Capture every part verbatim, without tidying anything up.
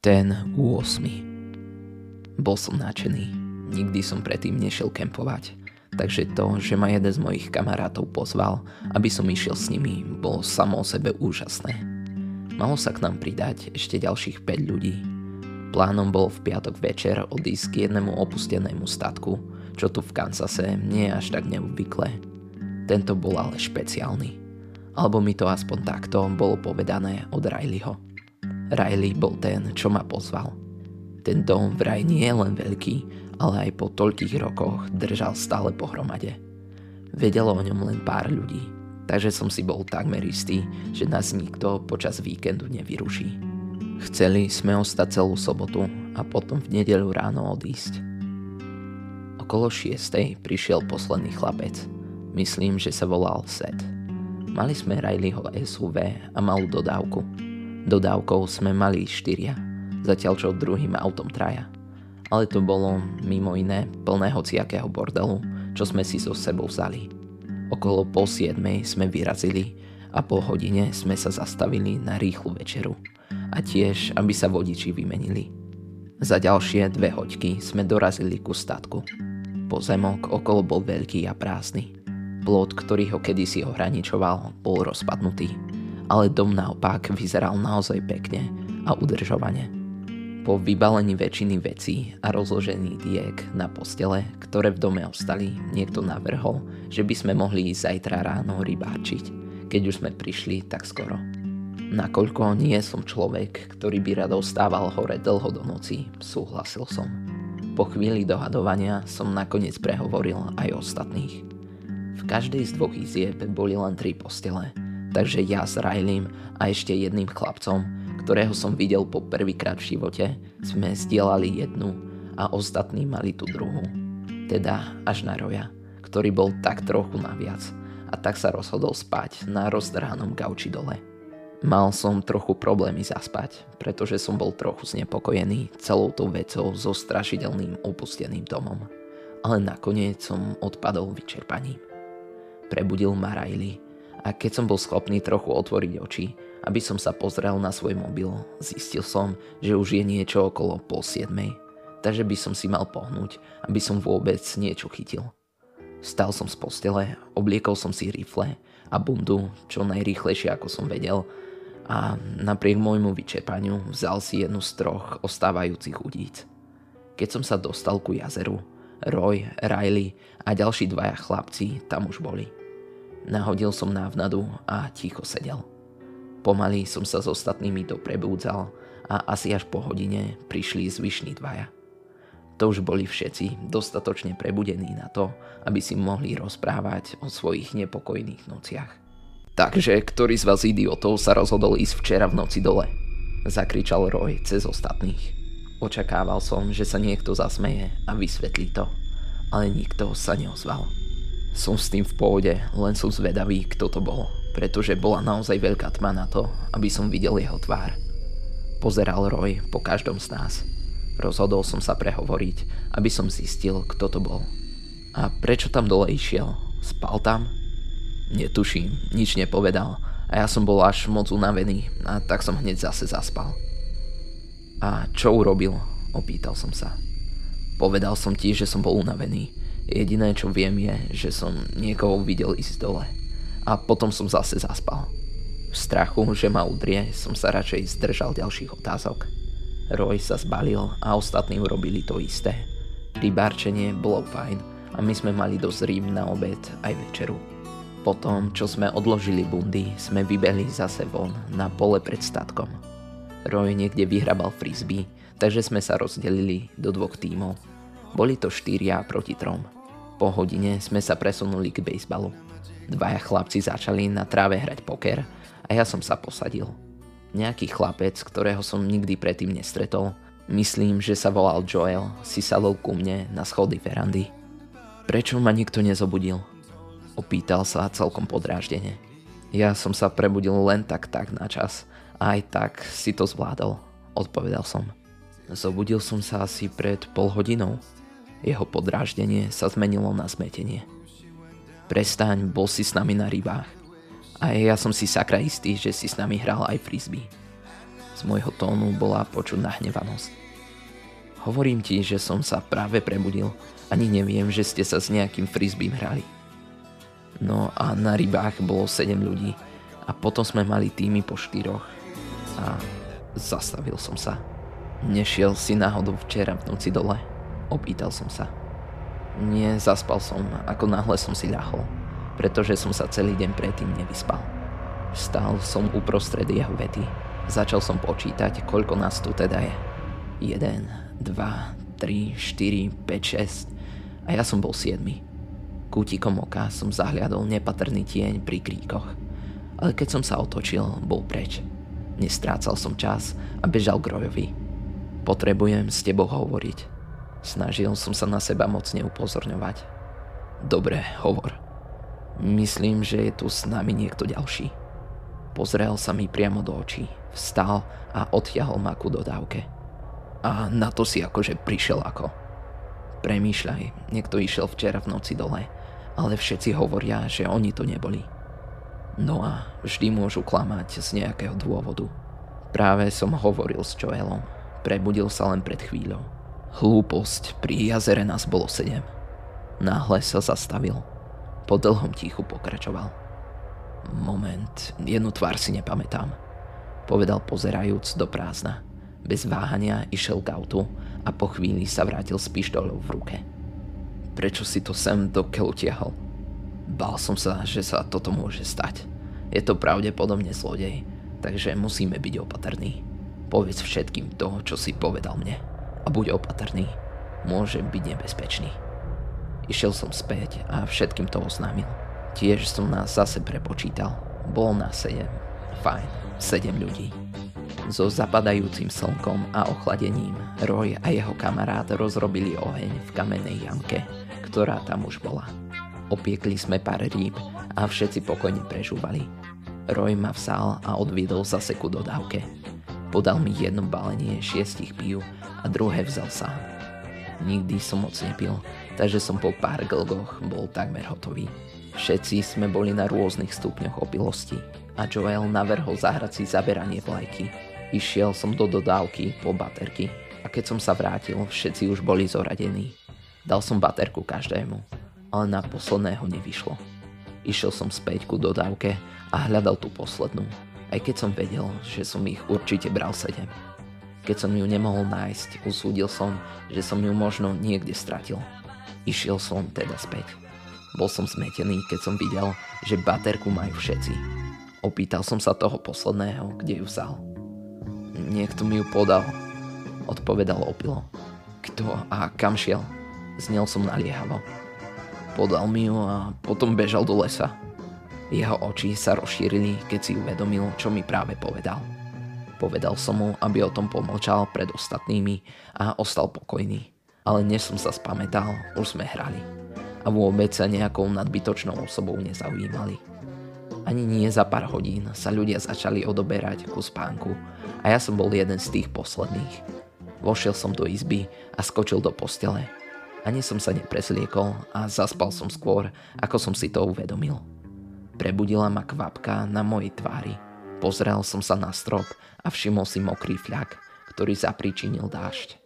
Ten ôsmy. Bol som nadšený. Nikdy som predtým nešiel kempovať. Takže to, že ma jeden z mojich kamarátov pozval, aby som išiel s nimi, bolo samo o sebe úžasné. Malo sa k nám pridať ešte ďalších päť ľudí. Plánom bolo v piatok večer odísť k jednému opustenému statku, čo tu v Kansase nie je až tak neobvyklé. Tento bol ale špeciálny. Alebo mi to aspoň takto bolo povedané od Rileyho. Riley bol ten, čo ma pozval. Ten dom vraj nie je len veľký, ale aj po toľkých rokoch držal stále pohromade. Vedelo o ňom len pár ľudí, takže som si bol takmer istý, že nás nikto počas víkendu nevyruší. Chceli sme ostať celú sobotu a potom v nedeľu ráno odísť. Okolo šiestej prišiel posledný chlapec. Myslím, že sa volal Seth. Mali sme Rileyho es ú vé a malú dodávku. Dodávkou sme mali štyria, zatiaľ čo druhým autom traja. Ale to bolo, mimo iné, plné hociakého bordelu, čo sme si so sebou vzali. Okolo pol siedmej sme vyrazili a po hodine sme sa zastavili na rýchlu večeru. A tiež, aby sa vodiči vymenili. Za ďalšie dve hoďky sme dorazili ku statku. Pozemok okolo bol veľký a prázdny. Plot, ktorý ho kedysi ohraničoval, bol rozpadnutý. Ale dom naopak vyzeral naozaj pekne a udržovane. Po vybalení väčšiny vecí a rozložení diek na postele, ktoré v dome ostali, niekto navrhol, že by sme mohli ísť zajtra ráno rybáčiť, keď už sme prišli tak skoro. Nakoľko nie som človek, ktorý by rado stával hore dlho do noci, súhlasil som. Po chvíli dohadovania som nakoniec prehovoril aj ostatných. V každej z dvoch izieb boli len tri postele, takže ja s Rileym a ešte jedným chlapcom, ktorého som videl po prvýkrát v živote, sme zdieľali jednu a ostatní mali tú druhú. Teda až na Roya, ktorý bol tak trochu naviac a tak sa rozhodol spať na rozdrhanom gauči dole. Mal som trochu problémy zaspať, pretože som bol trochu znepokojený celou tou vecou so strašidelným opusteným domom. Ale nakoniec som odpadol vyčerpaním. Prebudil ma Riley a keď som bol schopný trochu otvoriť oči, aby som sa pozrel na svoj mobil, zistil som, že už je niečo okolo pol siedmej, takže by som si mal pohnúť, aby som vôbec niečo chytil. Vstal som z postele, obliekol som si rifle a bundu, čo najrýchlejšie ako som vedel, a napriek môjmu vyčerpaniu vzal si jednu z troch ostávajúcich udíc. Keď som sa dostal ku jazeru, Roy, Riley a ďalší dvaja chlapci tam už boli. Nahodil som návnadu a ticho sedel. Pomaly som sa s ostatnými doprebúdzal a asi až po hodine prišli zvyšní dvaja. To už boli všetci dostatočne prebudení na to, aby si mohli rozprávať o svojich nepokojných nociach. Takže ktorý z vás idiotov sa rozhodol ísť včera v noci dole? Zakričal Roy cez ostatných. Očakával som, že sa niekto zasmeje a vysvetlí to, ale nikto sa neozval. Som s tým v pohode, len som zvedavý, kto to bol, pretože bola naozaj veľká tma na to, aby som videl jeho tvár. Pozeral Roy po každom z nás. Rozhodol som sa prehovoriť, aby som zistil, kto to bol. A prečo tam dole išiel? Spal tam? Netuším, nič nepovedal a ja som bol až moc unavený a tak som hneď zase zaspal. A čo urobil? Opýtal som sa. Povedal som ti, že som bol unavený. Jediné, čo viem je, že som niekoho videl ísť dole. A potom som zase zaspal. V strachu, že ma udrie, som sa radšej zdržal ďalších otázok. Roy sa zbalil a ostatní urobili to isté. Rybárčenie bolo fajn a my sme mali dosť rýb na obed aj večeru. Potom, čo sme odložili bundy, sme vybehli zase von na pole pred statkom. Roy niekde vyhrabal frisbee, takže sme sa rozdelili do dvoch tímov. Boli to štyria proti trom. Po hodine sme sa presunuli k bejsbalu. Dvaja chlapci začali na tráve hrať poker a ja som sa posadil. Nejaký chlapec, ktorého som nikdy predtým nestretol, myslím, že sa volal Joel, si sadol ku mne na schody verandy. Prečo ma nikto nezobudil? Opýtal sa celkom podráždene. Ja som sa prebudil len tak tak na čas a aj tak si to zvládol, odpovedal som. Zobudil som sa asi pred pol hodinou. Jeho podráždenie sa zmenilo na zmetenie. Prestaň, bol si s nami na rybách. A ja som si sakra istý, že si s nami hral aj frisbee. Z môjho tónu bola počuť nahnevanosť. Hovorím ti, že som sa práve prebudil. Ani neviem, že ste sa s nejakým frisbím hrali. No a na rybách bolo sedem ľudí a potom sme mali týmy po štyroch. A zastavil som sa. Nešiel si náhodou včera v noci dole? Opýtal som sa. Nie, zaspal som, ako náhle som si ľahol, pretože som sa celý deň predtým nevyspal. Stál som uprostred jeho vety. Začal som počítať, koľko nás tu teda je. Jeden, dva, tri, štyri, päť, šesť a ja som bol siedmy. Kútikom oka som zahliadol nepatrný tieň pri kríkoch, ale keď som sa otočil, bol preč. Nestrácal som čas a bežal k Rojovi. Potrebujem s tebou hovoriť. Snažil som sa na seba mocne upozorňovať. Dobre, hovor. Myslím, že je tu s nami niekto ďalší. Pozrel sa mi priamo do očí, vstal a odtiahol ma ku dodávke. A na to si akože prišiel ako. Premýšľaj, niekto išiel včera v noci dole, ale všetci hovoria, že oni to neboli. No a vždy môžu klamať z nejakého dôvodu. Práve som hovoril s Joelom, prebudil sa len pred chvíľou. Hlúposť, pri jazere nás bolo sedem. Náhle sa zastavil. Po dlhom tichu pokračoval. Moment, jednu tvár si nepamätám, povedal pozerajúc do prázdna. Bez váhania išiel k autu a po chvíli sa vrátil s pištoľou v ruke. Prečo si to sem do keľu tiahol? Bál som sa, že sa toto môže stať. Je to pravdepodobne zlodej, takže musíme byť opatrní. Povedz všetkým to, čo si povedal mne. A buď opatrný, môže byť nebezpečný. Išiel som späť a všetkým to oznámil. Tiež som nás zase prepočítal. Bolo nás sedem. Fajn, sedem ľudí. So zapadajúcim slnkom a ochladením Roy a jeho kamarát rozrobili oheň v kamennej jamke, ktorá tam už bola. Opiekli sme pár rýb a všetci pokojne prežúvali. Roy ma vzal a odviedol zase ku dodávke. Podal mi jedno balenie šiestich pív a druhé vzal sám. Nikdy som moc nepil, takže som po pár glgoch bol takmer hotový. Všetci sme boli na rôznych stupňoch opilosti a Joel navrhol zahrať si zaberanie vlajky. Išiel som do dodávky po baterky a keď som sa vrátil, všetci už boli zoradení. Dal som baterku každému, ale na posledného nevyšlo. Išiel som späť ku dodávke a hľadal tú poslednú, aj keď som vedel, že som ich určite bral sedem. Keď som ju nemohol nájsť, usúdil som, že som ju možno niekde stratil. Išiel som teda späť. Bol som zmetený, keď som videl, že baterku majú všetci. Opýtal som sa toho posledného, kde ju vzal. Niekto mi ju podal, odpovedal opilo. Kto a kam šiel? Znel som naliehavo. Podal mi ju a potom bežal do lesa. Jeho oči sa rozšírili, keď si uvedomil, čo mi práve povedal. Povedal som mu, aby o tom pomlčal pred ostatnými a ostal pokojný. Ale než som sa spamätal, už sme hrali. A vôbec sa nejakou nadbytočnou osobou nezaujímali. Ani nie za pár hodín sa ľudia začali odoberať ku spánku a ja som bol jeden z tých posledných. Vošiel som do izby a skočil do postele. Ani som sa nepresliekol a zaspal som skôr, ako som si to uvedomil. Prebudila ma kvapka na mojej tvári. Pozrel som sa na strop a všimol si mokrý fľak, ktorý zapríčinil dážď.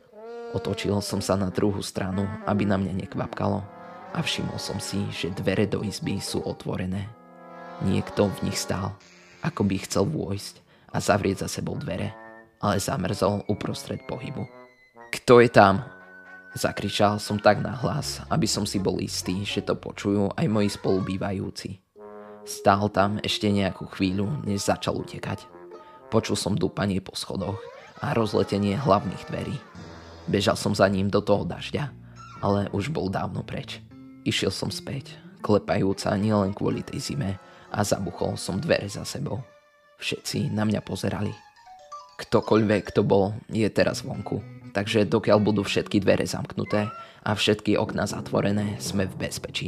Otočil som sa na druhú stranu, aby na mňa nekvapkalo. A všimol som si, že dvere do izby sú otvorené. Niekto v nich stál, ako by chcel vôjsť a zavrieť za sebou dvere, ale zamrzol uprostred pohybu. Kto je tam? Zakričal som tak nahlas, aby som si bol istý, že to počujú aj moji spolubývajúci. Stál tam ešte nejakú chvíľu, než začal utekať. Počul som dúpanie po schodoch a rozletenie hlavných dverí. Bežal som za ním do toho dažďa, ale už bol dávno preč. Išiel som späť, klepajúca nielen kvôli tej zime, a zabuchol som dvere za sebou. Všetci na mňa pozerali. Ktokoľvek to bol, je teraz vonku, takže dokiaľ budú všetky dvere zamknuté a všetky okná zatvorené, sme v bezpečí.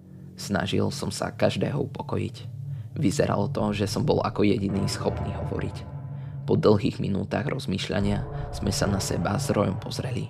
Snažil som sa každého upokojiť. Vyzeralo to, že som bol ako jediný schopný hovoriť. Po dlhých minútach rozmýšľania sme sa na seba s Royom pozreli.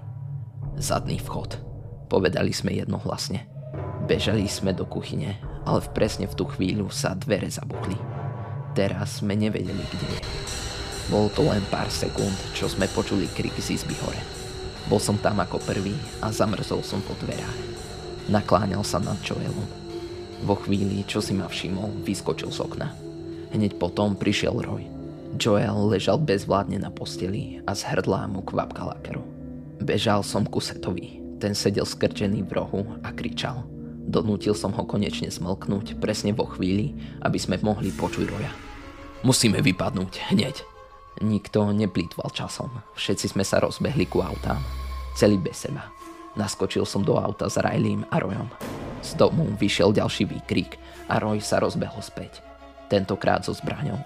Zadný vchod, povedali sme jednohlasne. Bežali sme do kuchyne, ale presne v tú chvíľu sa dvere zabuchli. Teraz sme nevedeli, kde je. Bolo to len pár sekúnd, čo sme počuli krik z izby hore. Bol som tam ako prvý a zamrzol som po dverách. Nakláňal sa nad Joelom. Vo chvíli, čo si ma všimol, vyskočil z okna. Hneď potom prišiel Roy. Joel ležal bezvládne na posteli a z hrdla mu kvapkala krv. Bežal som ku Setovi. Ten sedel skrčený v rohu a kričal. Donútil som ho konečne zmlknúť presne vo chvíli, aby sme mohli počuť Roya. Musíme vypadnúť, hneď. Nikto neplýtval časom. Všetci sme sa rozbehli ku autám. Celý bez seba. Naskočil som do auta s Rileym a Royom. Z domu vyšiel ďalší výkrik a Roy sa rozbehol späť. Tentokrát so zbraňou.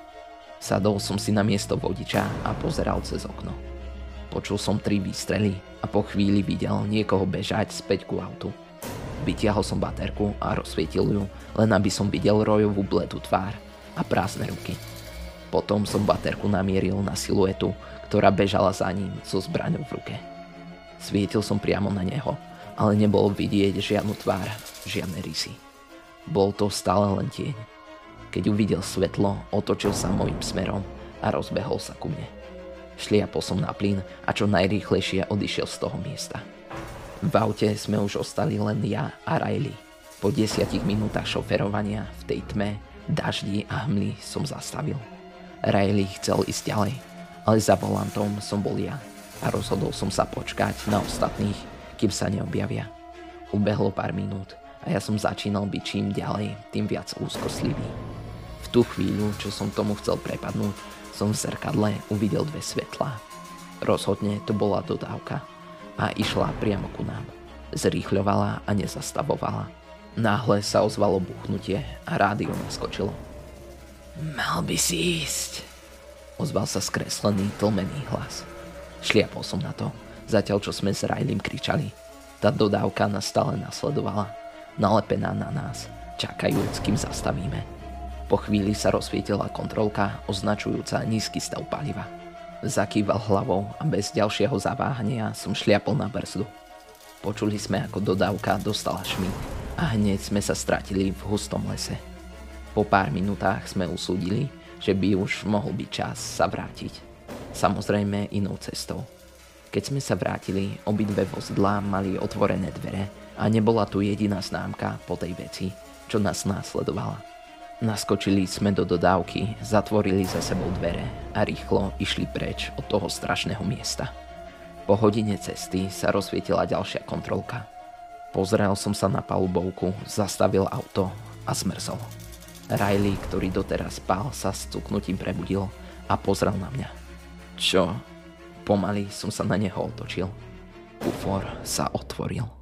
Sadol som si na miesto vodiča a pozeral cez okno. Počul som tri výstrely a po chvíli videl niekoho bežať späť ku autu. Vytiahol som baterku a rozsvietil ju, len aby som videl Royovú bledú tvár a prázdne ruky. Potom som baterku namieril na siluetu, ktorá bežala za ním so zbraňou v ruke. Svietil som priamo na neho, ale nebolo vidieť žiadnu tvár, žiadne rysy. Bol to stále len tieň. Keď uvidel svetlo, otočil sa mojím smerom a rozbehol sa ku mne. Šliapol som na plyn a čo najrýchlejšie odišiel z toho miesta. V aute sme už ostali len ja a Riley. Po desiatich minútach šoferovania v tej tme, daždi a hmly som zastavil. Riley chcel ísť ďalej, ale za volantom som bol ja a rozhodol som sa počkať na ostatných, kým sa neobjavia. Ubehlo pár minút a ja som začínal byť čím ďalej, tým viac úzkostlivý. V tú chvíľu, čo som tomu chcel prepadnúť, som v zrkadle uvidel dve svetlá. Rozhodne to bola dodávka a išla priamo ku nám. Zrýchľovala a nezastavovala. Náhle sa ozvalo buchnutie a rádio naskočilo. Mal by si ísť, ozval sa skreslený, tlmený hlas. Šliapol som na to, zatiaľ čo sme s Rileym kričali. Tá dodávka nás stále nasledovala, nalepená na nás, čakajúc, kým zastavíme. Po chvíli sa rozsvietila kontrolka označujúca nízky stav paliva. Zakýval hlavou a bez ďalšieho zaváhania som šliapol na brzdu. Počuli sme, ako dodávka dostala šmík a hneď sme sa stratili v hustom lese. Po pár minútach sme usúdili, že by už mohol byť čas sa vrátiť. Samozrejme inou cestou. Keď sme sa vrátili, obidve vozidlá mali otvorené dvere a nebola tu jediná známka po tej veci, čo nás následovala. Naskočili sme do dodávky, zatvorili za sebou dvere a rýchlo išli preč od toho strašného miesta. Po hodine cesty sa rozsvietila ďalšia kontrolka. Pozrel som sa na palubovku, zastavil auto a zmrzol. Riley, ktorý doteraz spal, sa s cuknutím prebudil a pozrel na mňa. Čo? Pomaly som sa na neho otočil. Kufor sa otvoril.